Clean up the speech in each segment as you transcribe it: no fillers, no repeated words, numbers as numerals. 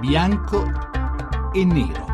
Bianco e nero.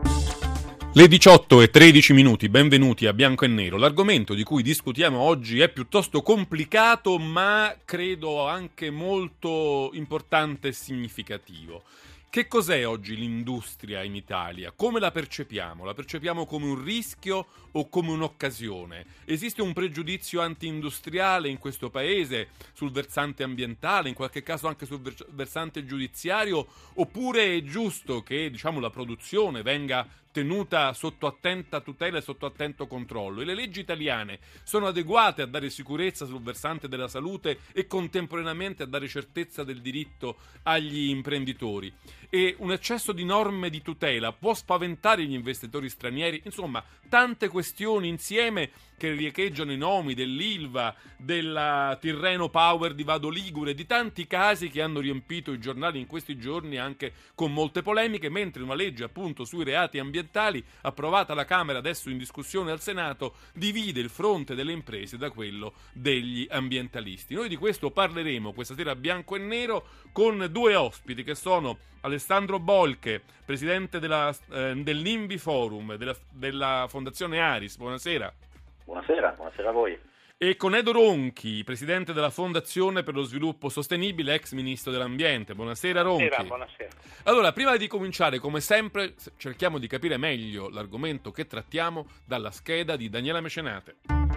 Le 18:13, benvenuti a Bianco e Nero. L'argomento di cui discutiamo oggi è piuttosto complicato, ma credo anche molto importante e significativo. Che cos'è oggi l'industria in Italia? Come la percepiamo? La percepiamo come un rischio o come un'occasione? Esiste un pregiudizio anti-industriale in questo paese sul versante ambientale, in qualche caso anche sul versante giudiziario, oppure è giusto che, la produzione venga tenuta sotto attenta tutela e sotto attento controllo? E le leggi italiane sono adeguate a dare sicurezza sul versante della salute e contemporaneamente a dare certezza del diritto agli imprenditori? E un eccesso di norme di tutela può spaventare gli investitori stranieri? Insomma, tante questioni insieme che riecheggiano i nomi dell'Ilva, della Tirreno Power di Vado Ligure, di tanti casi che hanno riempito i giornali in questi giorni anche con molte polemiche, mentre una legge appunto sui reati ambientali, approvata alla Camera, adesso in discussione al Senato, divide il fronte delle imprese da quello degli ambientalisti. Noi di questo parleremo questa sera a Bianco e Nero con due ospiti che sono Alessandro Bolche, presidente del NIMBY Forum, della Fondazione Aris. Buonasera. Buonasera a voi. E con Edo Ronchi, presidente della Fondazione per lo Sviluppo Sostenibile, ex ministro dell'Ambiente. Buonasera Ronchi. Buonasera. Allora, prima di cominciare, come sempre, cerchiamo di capire meglio l'argomento che trattiamo dalla scheda di Daniela Mecenate.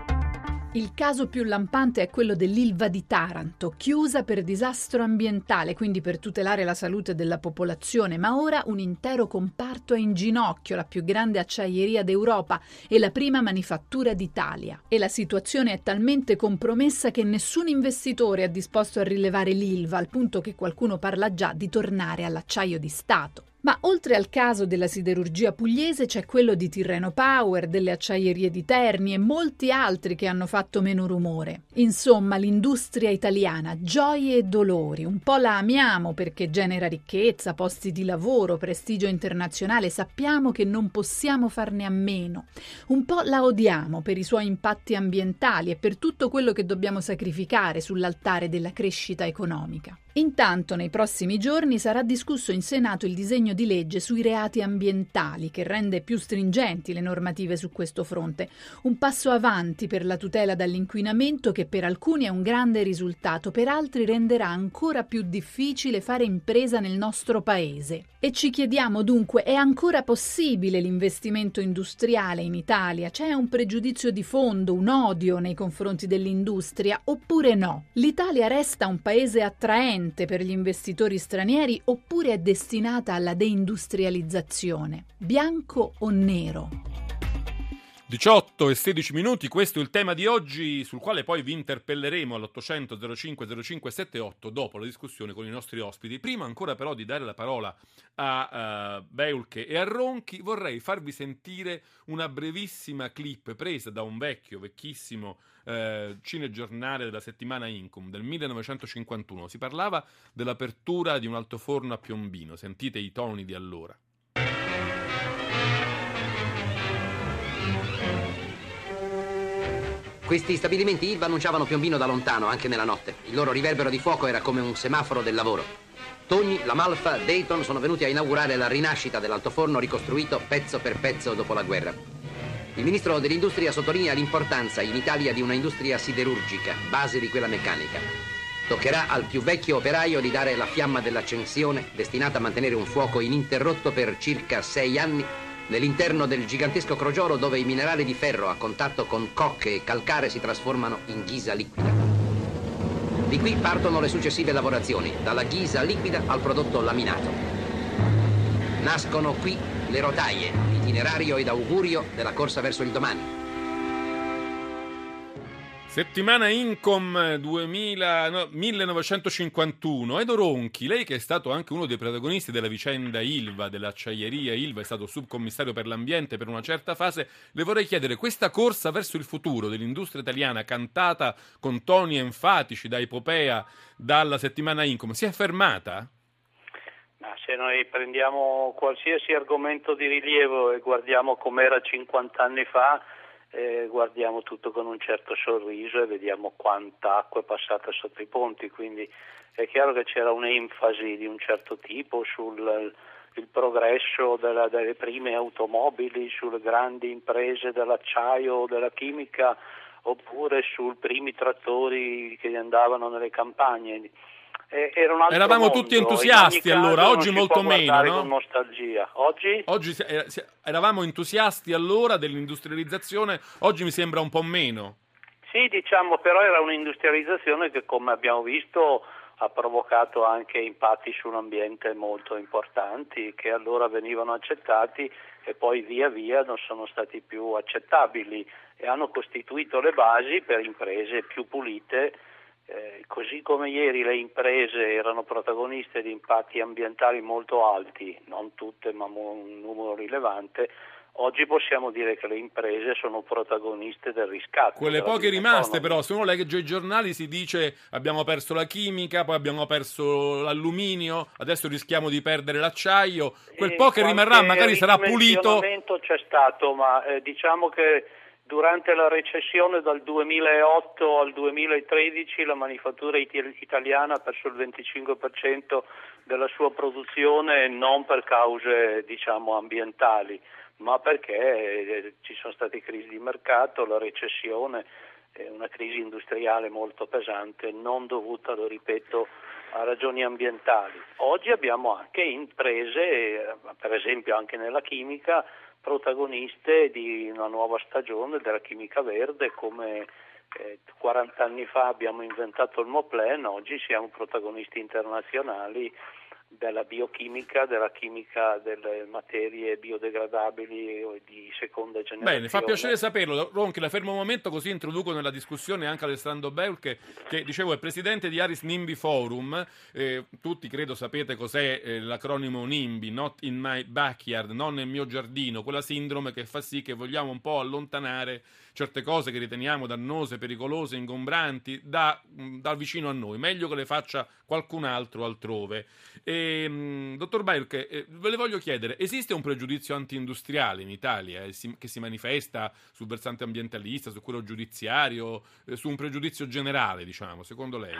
Il caso più lampante è quello dell'Ilva di Taranto, chiusa per disastro ambientale, quindi per tutelare la salute della popolazione, ma ora un intero comparto è in ginocchio, la più grande acciaieria d'Europa e la prima manifattura d'Italia. E la situazione è talmente compromessa che nessun investitore è disposto a rilevare l'Ilva, al punto che qualcuno parla già di tornare all'acciaio di Stato. Ma oltre al caso della siderurgia pugliese c'è quello di Tirreno Power, delle acciaierie di Terni e molti altri che hanno fatto meno rumore. Insomma, l'industria italiana, gioie e dolori. Un po' la amiamo perché genera ricchezza, posti di lavoro, prestigio internazionale, sappiamo che non possiamo farne a meno. Un po' la odiamo per i suoi impatti ambientali e per tutto quello che dobbiamo sacrificare sull'altare della crescita economica. Intanto, nei prossimi giorni sarà discusso in Senato il disegno di legge sui reati ambientali che rende più stringenti le normative su questo fronte. Un passo avanti per la tutela dall'inquinamento che per alcuni è un grande risultato, per altri renderà ancora più difficile fare impresa nel nostro paese. E ci chiediamo dunque, è ancora possibile l'investimento industriale in Italia? C'è un pregiudizio di fondo, un odio nei confronti dell'industria oppure no? L'Italia resta un paese attraente per gli investitori stranieri oppure è destinata alla deindustrializzazione? Bianco o nero? 18:16, questo è il tema di oggi, sul quale poi vi interpelleremo all'800 05 05 78 dopo la discussione con i nostri ospiti. Prima ancora però di dare la parola a Beulche e a Ronchi, vorrei farvi sentire una brevissima clip presa da un vecchissimo cinegiornale della settimana Incom del 1951. Si parlava dell'apertura di un altoforno a Piombino. Sentite i toni di allora. Questi stabilimenti Ilva annunciavano Piombino da lontano, anche nella notte. Il loro riverbero di fuoco era come un semaforo del lavoro. Togni, La Malfa, Dayton sono venuti a inaugurare la rinascita dell'altoforno ricostruito pezzo per pezzo dopo la guerra. Il ministro dell'Industria sottolinea l'importanza in Italia di una industria siderurgica, base di quella meccanica. Toccherà al più vecchio operaio di dare la fiamma dell'accensione, destinata a mantenere un fuoco ininterrotto per circa 6 anni, nell'interno del gigantesco crogiolo dove i minerali di ferro a contatto con cocche e calcare si trasformano in ghisa liquida. Di qui partono le successive lavorazioni, dalla ghisa liquida al prodotto laminato. Nascono qui le rotaie, itinerario ed augurio della corsa verso il domani. Settimana Incom 1951. Edo Ronchi, lei che è stato anche uno dei protagonisti della vicenda Ilva, dell'acciaieria Ilva, è stato subcommissario per l'ambiente per una certa fase, le vorrei chiedere, questa corsa verso il futuro dell'industria italiana, cantata con toni enfatici da epopea dalla settimana Incom, si è fermata? Ma se noi prendiamo qualsiasi argomento di rilievo e guardiamo com'era 50 anni fa, guardiamo tutto con un certo sorriso e vediamo quanta acqua è passata sotto i ponti, quindi è chiaro che c'era un'enfasi di un certo tipo sul il progresso delle prime automobili, sulle grandi imprese dell'acciaio o della chimica, oppure sui primi trattori che andavano nelle campagne. Era un altro Eravamo mondo. tutti entusiasti allora, oggi molto meno, no? Con nostalgia. Oggi eravamo entusiasti allora dell'industrializzazione, oggi mi sembra un po' meno. Sì, diciamo, però era un'industrializzazione che, come abbiamo visto, ha provocato anche impatti sull'ambiente molto importanti, che allora venivano accettati e poi via via non sono stati più accettabili e hanno costituito le basi per imprese più pulite. Così come ieri le imprese erano protagoniste di impatti ambientali molto alti, non tutte ma un numero rilevante, oggi possiamo dire che le imprese sono protagoniste del riscatto. Quelle poche rimaste però, se uno legge i giornali si dice abbiamo perso la chimica, poi abbiamo perso l'alluminio, adesso rischiamo di perdere l'acciaio, quel po' che rimarrà magari sarà pulito. C'è stato, ma diciamo che durante la recessione dal 2008 al 2013 la manifattura italiana ha perso il 25% della sua produzione, non per cause ambientali, ma perché ci sono state crisi di mercato, la recessione, una crisi industriale molto pesante, non dovuta, lo ripeto, a ragioni ambientali. Oggi abbiamo anche imprese, per esempio anche nella chimica, protagoniste di una nuova stagione della chimica verde, come 40 anni fa abbiamo inventato il Moplen, oggi siamo protagonisti internazionali della biochimica, della chimica delle materie biodegradabili o di seconda generazione. Bene, fa piacere saperlo. Ronchi, la fermo un momento, così introduco nella discussione anche Alessandro Beulke, che dicevo è presidente di Aris NIMBY Forum. Tutti credo sapete cos'è l'acronimo NIMBY, Not in my backyard, non nel mio giardino, quella sindrome che fa sì che vogliamo un po' allontanare certe cose che riteniamo dannose, pericolose, ingombranti da vicino a noi, meglio che le faccia qualcun altro altrove. Dottor Beulke, ve le voglio chiedere, esiste un pregiudizio anti-industriale in Italia che si manifesta sul versante ambientalista, su quello giudiziario, su un pregiudizio generale, diciamo, secondo lei?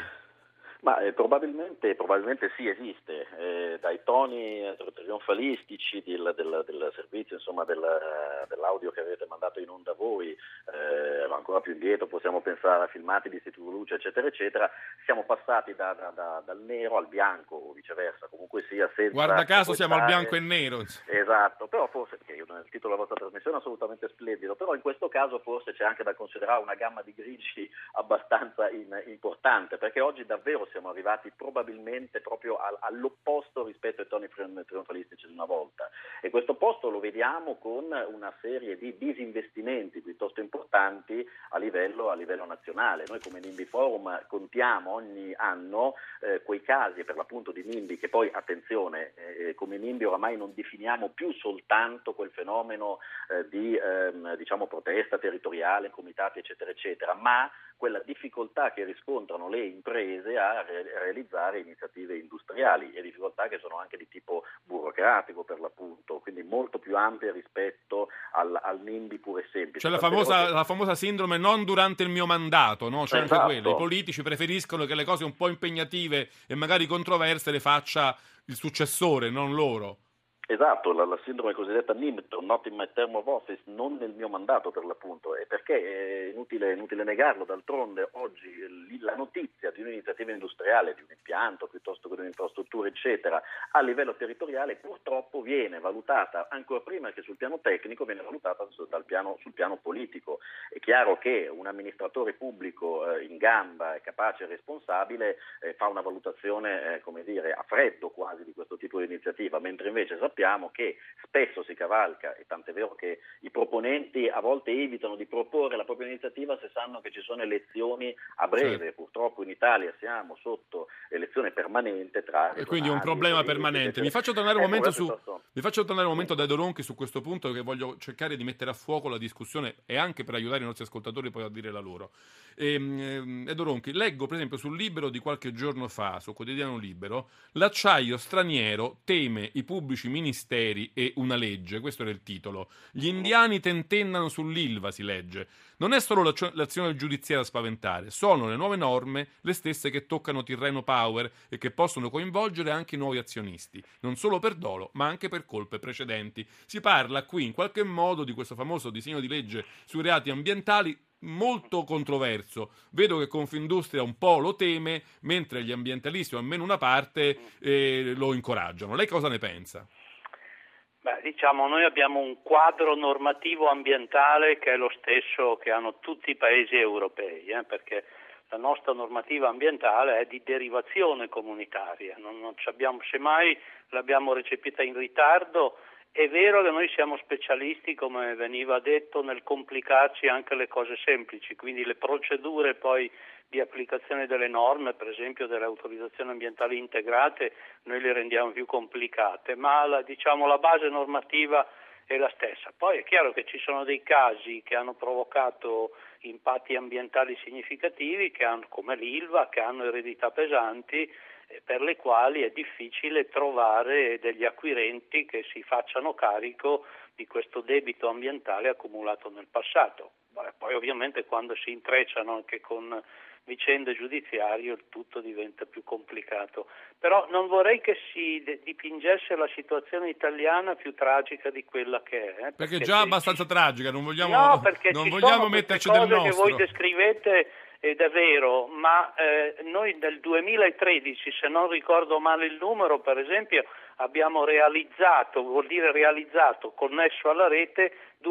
Ma probabilmente sì, esiste, dai toni trionfalistici del servizio, insomma dell'audio che avete mandato in onda voi, ancora più indietro possiamo pensare a filmati di Istituto Luce, eccetera eccetera, siamo passati dal nero al bianco o viceversa, comunque sia senza... Guarda caso siamo al bianco e nero. Esatto, però forse, che nel titolo della vostra trasmissione è assolutamente splendido, però in questo caso forse c'è anche da considerare una gamma di grigi abbastanza importante, perché oggi davvero siamo arrivati probabilmente proprio all'opposto rispetto ai toni trionfalistici di una volta, e questo opposto lo vediamo con una serie di disinvestimenti piuttosto importanti a livello nazionale. Noi come NIMBY Forum contiamo ogni anno quei casi per l'appunto di NIMBY, che poi, attenzione, come NIMBY oramai non definiamo più soltanto quel fenomeno di protesta territoriale, comitati eccetera eccetera, ma quella difficoltà che riscontrano le imprese a realizzare iniziative industriali, e difficoltà che sono anche di tipo burocratico per l'appunto, quindi molto più ampie rispetto al NIMBY puro e semplice. C'è la famosa sindrome non durante il mio mandato, no? C'è esatto. Anche quello. I politici preferiscono che le cose un po' impegnative e magari controverse le faccia il successore, non loro. Esatto, la sindrome cosiddetta NIMT, not in my term of office, non nel mio mandato per l'appunto, e perché è inutile negarlo, d'altronde oggi la notizia di un'iniziativa industriale, di un impianto piuttosto che di un'infrastruttura eccetera, a livello territoriale purtroppo viene valutata ancora prima che sul piano tecnico, viene valutata sul piano politico. È chiaro che un amministratore pubblico in gamba, capace e responsabile fa una valutazione a freddo quasi di questo tipo di iniziativa, mentre invece sappiamo che spesso si cavalca, e tant'è vero che i proponenti a volte evitano di proporre la propria iniziativa se sanno che ci sono elezioni a breve. Certo. Purtroppo in Italia siamo sotto elezione permanente tra e quindi un problema permanente. Mi faccio tornare un momento da Edo Ronchi su questo punto, che voglio cercare di mettere a fuoco la discussione e anche per aiutare i nostri ascoltatori poi a dire la loro. Edo Ronchi, leggo per esempio sul Libero di qualche giorno fa, sul quotidiano Libero, l'acciaio straniero teme i pubblici ministeri ministeri e una legge. Questo era il titolo. Gli indiani tentennano sull'Ilva, si legge. Non è solo l'azione giudiziaria a spaventare, sono le nuove norme le stesse che toccano Tirreno Power e che possono coinvolgere anche i nuovi azionisti, non solo per dolo ma anche per colpe precedenti. Si parla qui in qualche modo di questo famoso disegno di legge sui reati ambientali, molto controverso. Vedo che Confindustria un po' lo teme, mentre gli ambientalisti, o almeno una parte, lo incoraggiano. Lei cosa ne pensa? Noi abbiamo un quadro normativo ambientale che è lo stesso che hanno tutti i paesi europei, perché la nostra normativa ambientale è di derivazione comunitaria, non ci abbiamo, semmai l'abbiamo recepita in ritardo. È vero che noi siamo specialisti, come veniva detto, nel complicarci anche le cose semplici, quindi le procedure poi di applicazione delle norme, per esempio delle autorizzazioni ambientali integrate, noi le rendiamo più complicate, ma la base normativa è la stessa. Poi è chiaro che ci sono dei casi che hanno provocato impatti ambientali significativi, come l'Ilva, che hanno eredità pesanti, per le quali è difficile trovare degli acquirenti che si facciano carico di questo debito ambientale accumulato nel passato. Poi ovviamente quando si intrecciano anche con vicende giudiziarie il tutto diventa più complicato. Però non vorrei che si dipingesse la situazione italiana più tragica di quella che è. Perché già abbastanza tragica, non vogliamo metterci del nostro. Che voi descrivete ed è vero, ma noi nel 2013, se non ricordo male il numero, per esempio, abbiamo realizzato, connesso alla rete,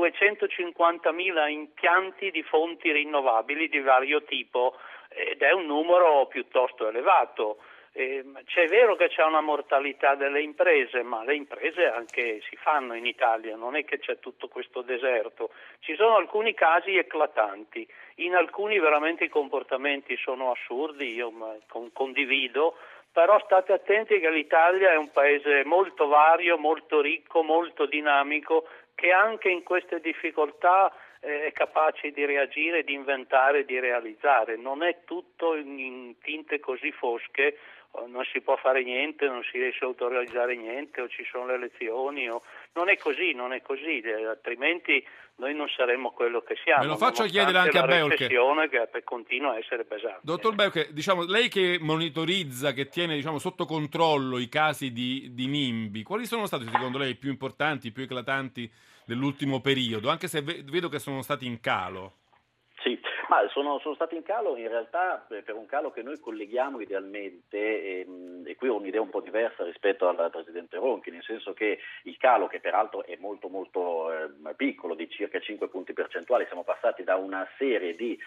250.000 impianti di fonti rinnovabili di vario tipo, ed è un numero piuttosto elevato. C'è vero che c'è una mortalità delle imprese, ma le imprese anche si fanno in Italia, non è che c'è tutto questo deserto. Ci sono alcuni casi eclatanti, in alcuni veramente i comportamenti sono assurdi, io condivido, però state attenti che l'Italia è un paese molto vario, molto ricco, molto dinamico, che anche in queste difficoltà è capace di reagire, di inventare, di realizzare. Non è tutto in tinte così fosche, non si può fare niente, non si riesce a autorizzare niente, o ci sono le elezioni, non è così, altrimenti noi non saremmo quello che siamo. Me lo faccio chiedere anche a Beuch, che continua a essere pesante. Dottor Beuch, lei che monitorizza, che tiene sotto controllo i casi di NIMBY, quali sono stati secondo lei i più importanti, i più eclatanti dell'ultimo periodo, anche se vedo che sono stati in calo? Sì, ma sono stati in calo in realtà per un calo che noi colleghiamo idealmente, e qui ho un'idea un po' diversa rispetto al Presidente Ronchi, nel senso che il calo, che peraltro è molto molto piccolo, di circa 5 punti percentuali, siamo passati da una serie di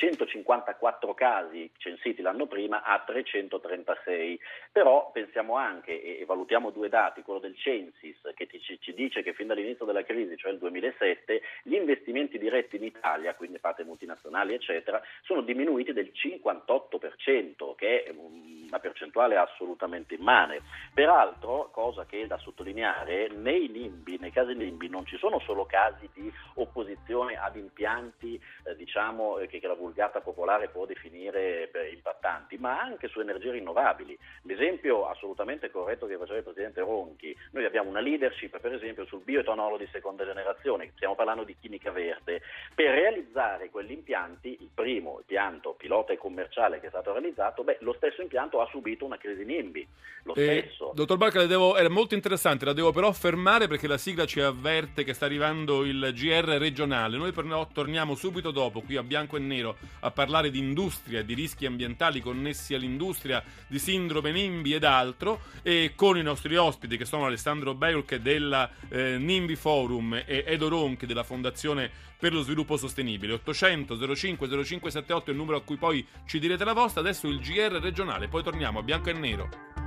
354 casi censiti l'anno prima a 336, però pensiamo anche e valutiamo due dati, quello del Censis che ci dice che fin dall'inizio della crisi, cioè il 2007, gli investimenti diretti in Italia, quindi parte multinazionali eccetera, sono diminuiti del 58%, che è una percentuale assolutamente immane. Peraltro, cosa che è da sottolineare, nei casi NIMBY non ci sono solo casi di opposizione ad impianti che la vulgata popolare può definire impattanti, ma anche su energie rinnovabili. L'esempio assolutamente corretto che faceva il Presidente Ronchi: noi abbiamo una leadership per esempio sul bioetanolo di seconda generazione, stiamo parlando di chimica verde. Per realizzare quell'impianti, il primo impianto pilota e commerciale che è stato realizzato, lo stesso impianto ha subito una crisi NIMBY. Lo stesso. Dottor Beuch, era molto interessante, la devo però fermare perché la sigla ci avverte che sta arrivando il GR regionale. Noi però torniamo subito dopo qui a Bianco e Nero a parlare di industria, di rischi ambientali connessi all'industria, di sindrome NIMBY ed altro, e con i nostri ospiti che sono Alessandro Beuch della NIMBY Forum e Edo Ronchi della Fondazione per lo Sviluppo Sostenibile. 800 05 0578 è il numero a cui poi ci direte la vostra. Adesso il GR regionale, poi torniamo a Bianco e Nero.